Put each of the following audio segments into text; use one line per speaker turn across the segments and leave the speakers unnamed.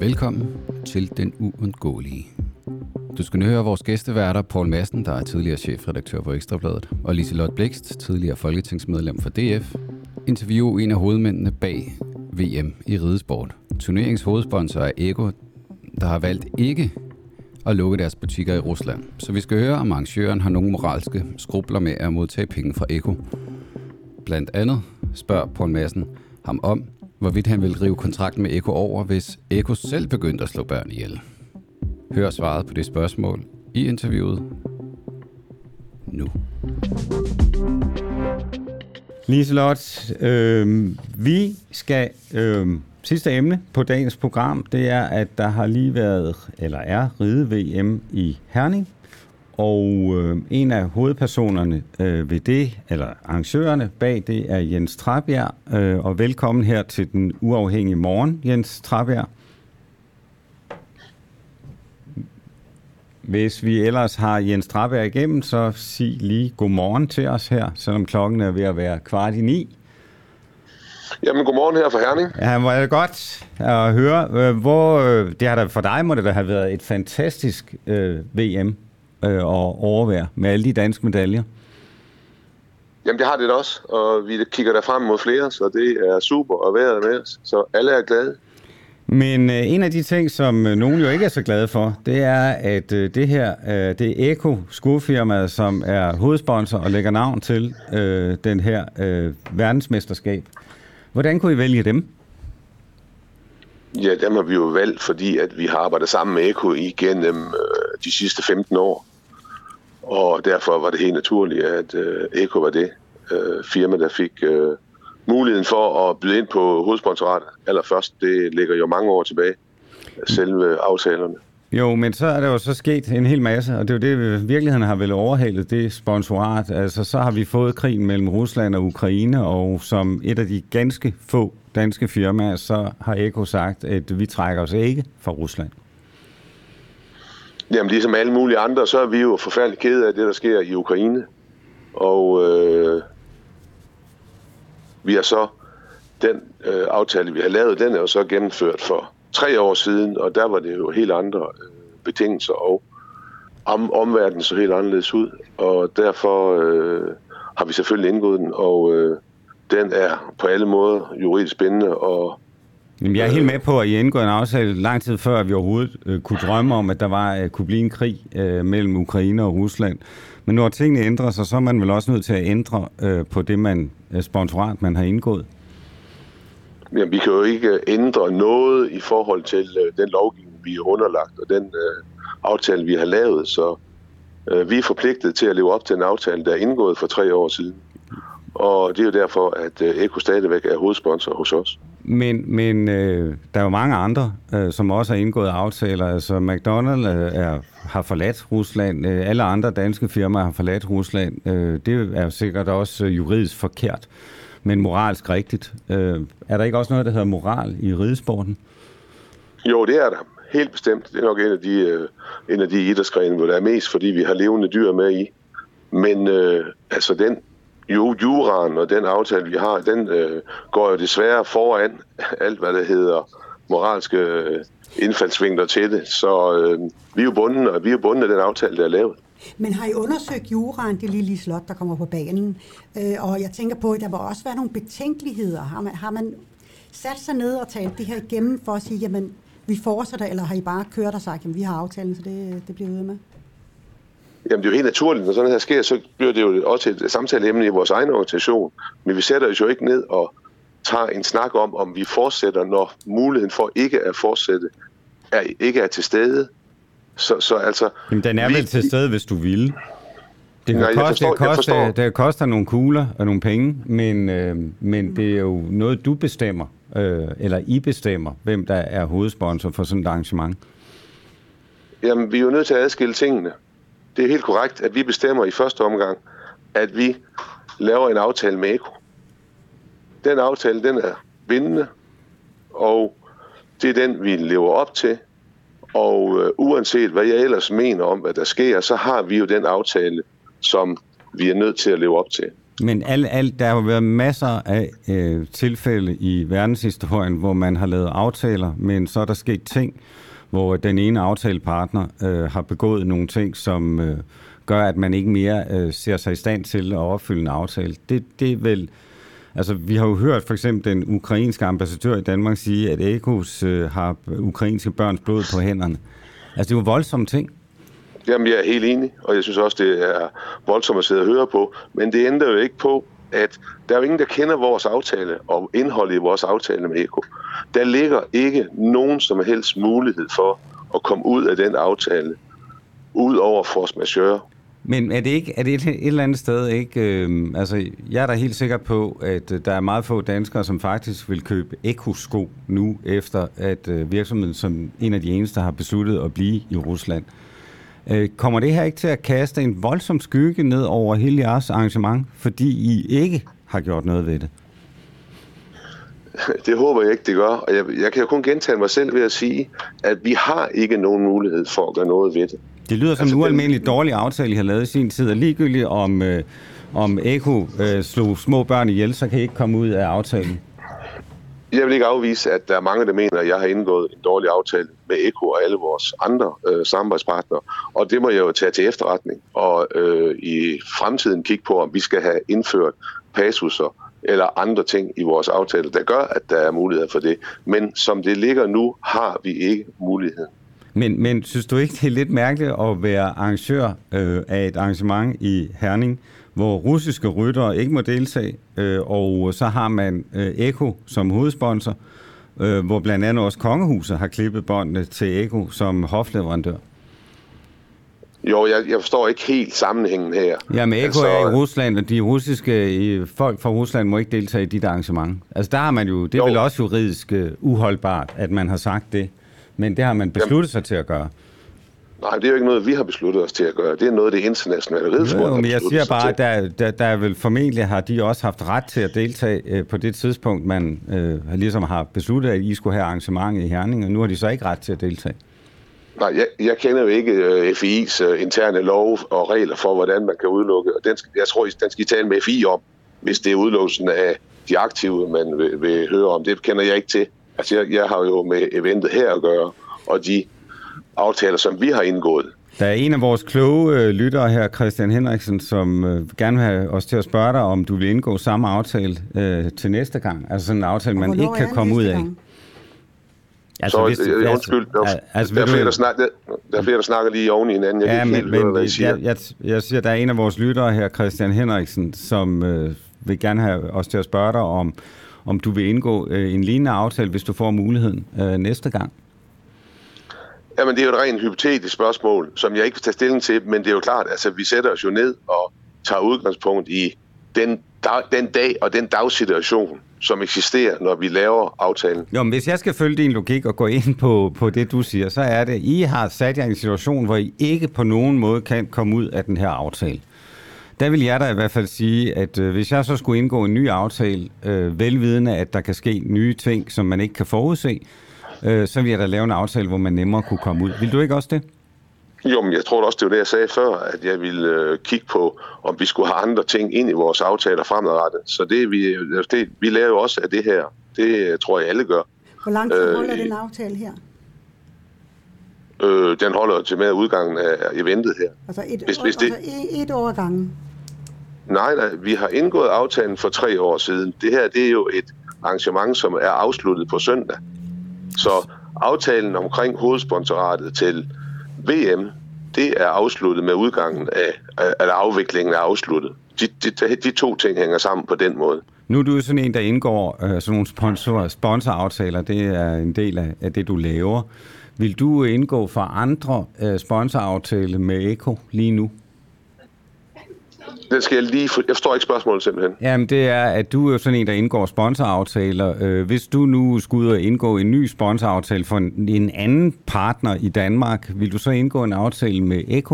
Velkommen til Den Uundgåelige. Du skal nu høre vores gæsteværter, Poul Madsen, der er tidligere chefredaktør på Ekstra Bladet, og Liselott Blixt, tidligere folketingsmedlem for DF, interviewe en af hovedmændene bag VM i ridesport. Turneringens hovedsponsor er Eko, der har valgt ikke at lukke deres butikker i Rusland. Så vi skal høre, om arrangøren har nogle moralske skrubler med at modtage penge fra Eko. Blandt andet spørger Poul Madsen ham om, hvorvidt han vil rive kontrakten med Eko over, hvis Eko selv begyndte at slå børn ihjel. Hør svaret på det spørgsmål i interviewet nu.
Liselott, vi skal... Sidste emne på dagens program, det er, at der har lige været, eller er, ride-VM i Herning. Og en af hovedpersonerne ved det, eller arrangørerne bag det, er Jens Trabjerg. Og velkommen her til Den Uafhængige Morgen, Jens Trabjerg. Hvis vi ellers har Jens Trabjerg igennem, så sig lige godmorgen til os her, selvom klokken er ved at være 8:45.
Jamen, godmorgen her fra Herning.
Ja, hvor er det godt at høre. Det har da for dig må det da have været et fantastisk VM at overvære med alle de danske medaljer.
Jamen, det har det også, og vi kigger der frem mod flere, så det er super at være med os, så alle er glade.
Men en af de ting, som nogen jo ikke er så glade for, det er, at det her, det er Eko, skofirmaet, som er hovedsponsor og lægger navn til den her verdensmesterskab. Hvordan kunne I vælge dem?
Ja, dem har vi jo valgt, fordi at vi har arbejdet sammen med Eko igennem de sidste 15 år. Og derfor var det helt naturligt, at Eko var det firma, der fik muligheden for at byde ind på hovedsponsoratet. Allerførst, det ligger jo mange år tilbage, selve aftalerne.
Jo, men så er der jo så sket en hel masse, og det er jo det, virkeligheden har vel overhalet, det sponsorat. Altså, så har vi fået krigen mellem Rusland og Ukraine, og som et af de ganske få danske firmaer, så har Eko sagt, at vi trækker os ikke fra Rusland.
Jamen, ligesom alle mulige andre, så er vi jo forfærdeligt kede af det, der sker i Ukraine. Og vi har så, den aftale, vi har lavet, den er jo så gennemført for 3 år siden, og der var det jo helt andre betingelser, og omverdenen så helt anderledes ud, og derfor har vi selvfølgelig indgået den, og den er på alle måder juridisk spændende. Og
jeg er helt med på, at I indgået en aftale lang tid før, at vi overhovedet kunne drømme om, at der kunne blive en krig mellem Ukraine og Rusland. Men når tingene ændrer sig, så er man vel også nødt til at ændre på det sponsorat, man har indgået.
Jamen, vi kan jo ikke ændre noget i forhold til den lovgivning, vi er underlagt, og den aftale, vi har lavet. Så vi er forpligtet til at leve op til en aftale, der er indgået for 3 år siden. Og det er jo derfor, at Eko stadigvæk er hovedsponsor hos os.
Men der er jo mange andre, som også har indgået aftaler. Altså McDonald's har forladt Rusland. Alle andre danske firmaer har forladt Rusland. Det er sikkert også juridisk forkert, men moralsk rigtigt. Er der ikke også noget, der hedder moral i ridesporten?
Jo, det er der. Helt bestemt. Det er nok en af de idrætsgrene, hvor der er mest, fordi vi har levende dyr med i. Men altså den juraen og den aftale, vi har, den går jo desværre foran alt, hvad der hedder moralske indfaldsvinkler til det. Så vi er jo bundet af den aftale, der er lavet.
Men har I undersøgt juraen, det lille Liselott, der kommer på banen? Og jeg tænker på, at der må også være nogle betænkeligheder. Har man sat sig ned og talt det her igennem for at sige, jamen, vi fortsætter, eller har I bare kørt og sagt, jamen, vi har aftalen, så det bliver vi ved med?
Jamen, det er jo helt naturligt. Når sådan her sker, så bliver det jo også et samtaleemne i vores egen organisation. Men vi sætter os jo ikke ned og tager en snak om vi fortsætter, når muligheden for ikke at fortsætte ikke er til stede. Så altså...
Jamen, den er vel til stede, hvis du vil. Det koster nogle kugler og nogle penge, men det er jo noget, du bestemmer, eller I bestemmer, hvem der er hovedsponsor for sådan et arrangement.
Jamen, vi er jo nødt til at adskille tingene. Det er helt korrekt, at vi bestemmer i første omgang, at vi laver en aftale med Eko. Den aftale, den er bindende, og det er den, vi lever op til. Og uanset hvad jeg ellers mener om, hvad der sker, så har vi jo den aftale, som vi er nødt til at leve op til.
Men der har jo været masser af tilfælde i verdenshistorien, hvor man har lavet aftaler, men så er der sket ting, hvor den ene aftalepartner har begået nogle ting, som gør, at man ikke mere ser sig i stand til at opfylde en aftale. Det er vel... Altså, vi har jo hørt for eksempel den ukrainske ambassadør i Danmark sige, at ECOS har ukrainske børns blod på hænderne. Altså, det er jo voldsomme ting.
Jamen, jeg er helt enig, og jeg synes også, det er voldsomt at sidde og høre på. Men det ændrer jo ikke på, at der er jo ingen, der kender vores aftale og indholdet i vores aftale med ECO. Der ligger ikke nogen som helst mulighed for at komme ud af den aftale, ud over force majeure.
Men er det et eller andet sted ikke... altså, jeg er da helt sikker på, at der er meget få danskere, som faktisk vil købe ECO-sko nu, efter at virksomheden som en af de eneste har besluttet at blive i Rusland. Kommer det her ikke til at kaste en voldsom skygge ned over hele jeres arrangement, fordi I ikke har gjort noget ved det?
Det håber jeg ikke, det gør. Og jeg kan jo kun gentage mig selv ved at sige, at vi har ikke nogen mulighed for at gøre noget ved det.
Det lyder som en ualmindelig dårlig aftale, I har lavet i sin tid, og ligegyldigt om ECO slog små børn ihjel, så kan I ikke komme ud af aftalen.
Jeg vil ikke afvise, at der er mange, der mener, at jeg har indgået en dårlig aftale med ECO og alle vores andre samarbejdspartnere. Og det må jeg jo tage til efterretning og i fremtiden kigge på, om vi skal have indført passusser eller andre ting i vores aftale, der gør, at der er mulighed for det. Men som det ligger nu, har vi ikke muligheden.
Men synes du ikke, det er lidt mærkeligt at være arrangør af et arrangement i Herning, hvor russiske ryttere ikke må deltage, og så har man ECO som hovedsponsor, hvor blandt andet også Kongehuset har klippet båndene til ECO som hofleverandør?
Jo, jeg forstår ikke helt sammenhængen her.
Ja, men ECO er i Rusland, og de russiske folk fra Rusland må ikke deltage i dit arrangement. Altså der har man jo, det er vel også juridisk uholdbart, at man har sagt det, men det har man besluttet sig til at gøre.
Nej, det er jo ikke noget, vi har besluttet os til at gøre. Det er noget, det internationale ridesport.
Men jeg siger bare, at der vel formentlig har de også haft ret til at deltage på det tidspunkt, man ligesom har besluttet, at I skulle have arrangementet i Herning, og nu har de så ikke ret til at deltage.
Nej, jeg kender jo ikke FI's interne love og regler for, hvordan man kan udelukke. Jeg tror, den skal I tale med FI om, hvis det er udelukkelsen af de aktive, man vil høre om. Det kender jeg ikke til. Altså, jeg har jo med eventet her at gøre, og de aftaler, som vi har indgået.
Der er en af vores kloge lyttere her, Christian Henriksen, som gerne vil have os til at spørge dig, om du vil indgå samme aftale til næste gang. Altså sådan en aftale, man ikke kan komme ud af.
Altså, undskyld. Der er flere, der snakker lige oven i hinanden.
Jeg siger, der er en af vores lyttere her, Christian Henriksen, som vil gerne have os til at spørge dig, om du vil indgå en lignende aftale, hvis du får muligheden næste gang.
Jamen, det er jo et rent hypotetisk spørgsmål, som jeg ikke vil tage stilling til, men det er jo klart, altså vi sætter os jo ned og tager udgangspunkt i den dag og den dagsituation, som eksisterer, når vi laver aftalen.
Jo, men hvis jeg skal følge din logik og gå ind på det, du siger, så er det, I har sat jer i en situation, hvor I ikke på nogen måde kan komme ud af den her aftale. Der vil jeg da i hvert fald sige, at hvis jeg så skulle indgå en ny aftale, velvidende, at der kan ske nye ting, som man ikke kan forudse, så vil jeg da lave en aftale, hvor man nemmere kunne komme ud. Vil du ikke også det?
Jo, men jeg tror også, det var det, jeg sagde før, at jeg ville kigge på, om vi skulle have andre ting ind i vores aftaler fremadrettet. Så vi laver jo også af det her. Det tror jeg, alle gør.
Hvor lang tid holder den aftale her?
Den holder til med udgangen af eventet her.
Altså et år gangen?
Nej, vi har indgået aftalen for 3 år siden. Det her, det er jo et arrangement, som er afsluttet på søndag. Så aftalen omkring hovedsponsoratet til VM, det er afsluttet med udgangen eller afviklingen er afsluttet. De to ting hænger sammen på den måde.
Nu er du sådan en, der indgår sådan nogle sponsoraftaler. Det er en del af det, du laver. Vil du indgå for andre sponsoraftaler med ECO lige nu?
Det skal jeg forstår ikke spørgsmålet simpelthen.
Jamen det er, at du er sådan en, der indgår sponsoraftaler. Hvis du nu skulle ud og indgå en ny sponsoraftale for en anden partner i Danmark, vil du så indgå en aftale med ECO?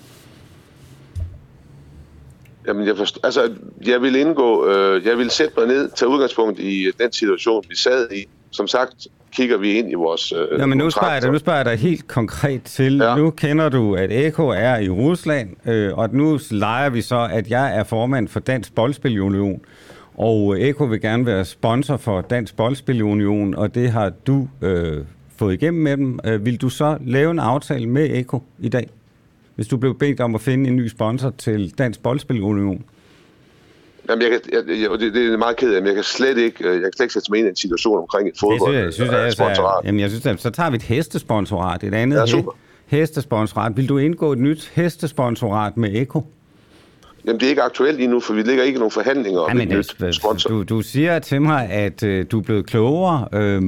Jamen jeg vil sætte mig ned, tage udgangspunkt i den situation, vi sad i, som sagt kigger vi ind i vores
men nu spørger jeg dig helt konkret til. Ja. Nu kender du, at Eko er i Rusland, og nu leger vi så, at jeg er formand for Dansk Boldspil-Union, og Eko vil gerne være sponsor for Dansk Boldspil-Union, og det har du fået igennem med dem. Vil du så lave en aftale med Eko i dag, hvis du blev bedt om at finde en ny sponsor til Dansk Boldspil-Union?
Jamen, det er meget ked af, men jeg kan slet ikke sætte mig ind i en situation omkring et fodboldsponsorat.
Jeg synes, så tager vi et hestesponsorat, et andet hestesponsorat. Vil du indgå et nyt hestesponsorat med Eko?
Jamen, det er ikke aktuelt endnu, for vi ligger ikke i nogen forhandlinger om et nyt sponsor.
Du siger til mig, at du er blevet klogere,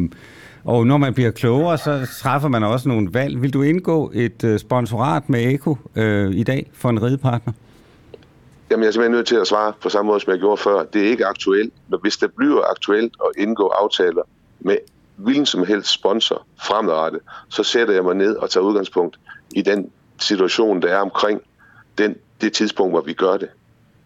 og når man bliver klogere, så træffer man også nogle valg. Vil du indgå et sponsorat med Eko i dag for en ridepartner?
Jamen, jeg er simpelthen nødt til at svare på samme måde, som jeg gjorde før. Det er ikke aktuelt, men hvis det bliver aktuelt at indgå aftaler med hvilken som helst sponsor fremadrettet, så sætter jeg mig ned og tager udgangspunkt i den situation, der er omkring det tidspunkt, hvor vi gør det.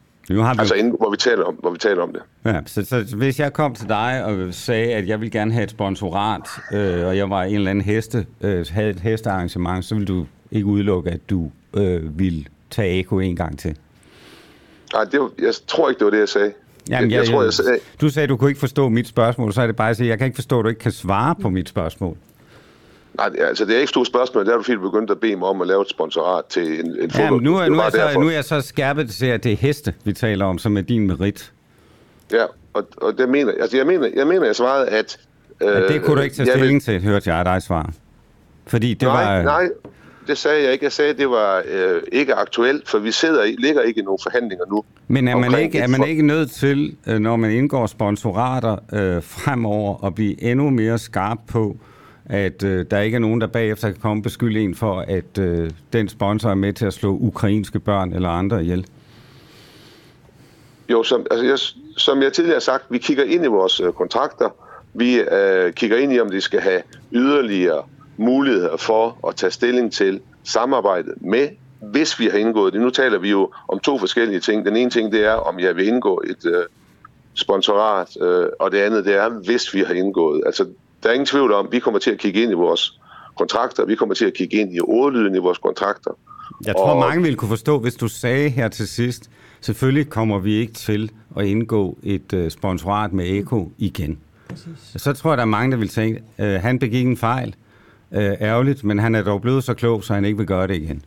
Hvor vi taler om det.
Ja, så hvis jeg kom til dig og sagde, at jeg vil gerne have et sponsorat, og jeg var en eller anden havde et hestearrangement, så vil du ikke udelukke, at du vil tage Eko en gang til?
Nej, jeg tror ikke, det var det, jeg sagde.
Jamen, jeg sagde... Du sagde, at du kunne ikke forstå mit spørgsmål, så er det bare at sige, jeg kan ikke forstå, at du ikke kan svare på mit spørgsmål.
Nej, altså det er ikke stort spørgsmål. Der er du fordi begyndt at bede mig om at lave et sponsorat til en fodbold.
Nu er jeg så skærpet til, at det er heste, vi taler om, som er din merit.
Ja, og det mener jeg svarede, at...
det kunne du ikke tage stilling til, hørte jeg dig svare. Fordi det
Nej, det sagde jeg ikke. Jeg sagde, at det var ikke aktuelt, for vi ligger ikke i nogle forhandlinger nu.
Men er man ikke nødt til, når man indgår sponsorater fremover, at blive endnu mere skarp på, at der ikke er nogen, der bagefter kan komme og beskylde en for, at den sponsor er med til at slå ukrainske børn eller andre ihjel?
Jo, som jeg tidligere har sagt, vi kigger ind i vores kontrakter. Vi kigger ind i, om de skal have yderligere muligheder for at tage stilling til samarbejdet med, hvis vi har indgået det. Nu taler vi jo om to forskellige ting. Den ene ting, det er, om jeg vil indgå et sponsorat, og det andet, det er, hvis vi har indgået. Altså, der er ingen tvivl om, vi kommer til at kigge ind i vores kontrakter, vi kommer til at kigge ind i ordlyden i vores kontrakter.
Jeg tror, mange ville kunne forstå, hvis du sagde her til sidst, selvfølgelig kommer vi ikke til at indgå et sponsorat med Eko igen. Præcis. Så tror jeg, der er mange, der vil tænke, han begik en fejl, ærgerligt, men han er dog blevet så klog, så han ikke vil gøre det igen.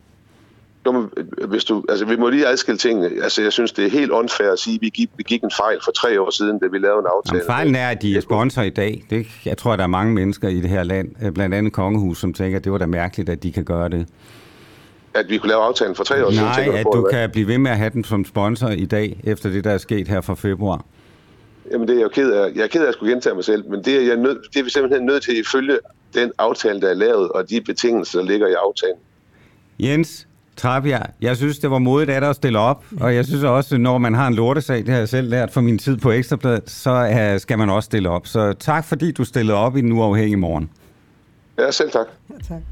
Vi må lige adskille tingene. Altså, jeg synes, det er helt unfair at sige, at vi gik en fejl for 3 år siden, da vi lavede en aftale.
Jamen, fejlen er, at de er sponsor i dag. Jeg tror, der er mange mennesker i det her land, blandt andet Kongehus, som tænker, at det var da mærkeligt, at de kan gøre det.
At vi kunne lave aftalen for 3 år siden?
Nej, at du kan blive ved med at have den som sponsor i dag, efter det, der er sket her fra februar.
Jamen, det er jeg jo ked af. Jeg er ked af at skulle gentage mig selv, men det er vi simpelthen nødt til at følge den aftale, der er lavet, og de betingelser, der ligger i aftalen.
Jens Trabjerg, jeg synes, det var modigt af dig at stille op, og jeg synes også, når man har en lortesag, det har jeg selv lært fra min tid på Ekstrabladet, så skal man også stille op. Så tak, fordi du stillede op i Den Uafhængige Morgen.
Ja, selv tak.
Ja, tak.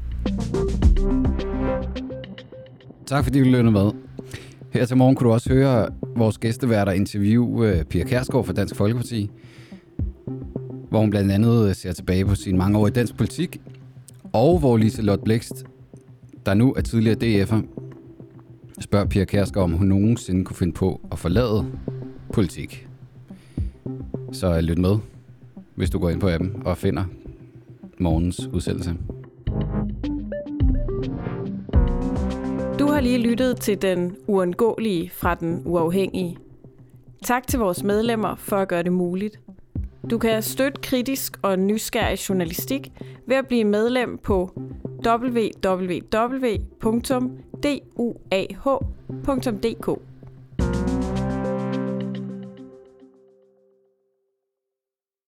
Tak, fordi du lyttede med. Her til morgen kunne du også høre vores gæsteværter interviewe Pia Kjærsgaard fra Dansk Folkeparti, hvor hun blandt andet ser tilbage på sin mange år i dansk politik, og hvor Liselott Blixt, der nu er tidligere DF'er, spørger Pia Kjærsgaard, om hun nogensinde kunne finde på at forlade politik. Så lyt med, hvis du går ind på appen og finder morgens udsendelse.
Du har lige lyttet til Den Uundgåelige fra Den Uafhængige. Tak til vores medlemmer for at gøre det muligt. Du kan støtte kritisk og nysgerrig journalistik ved at blive medlem på www.duah.dk.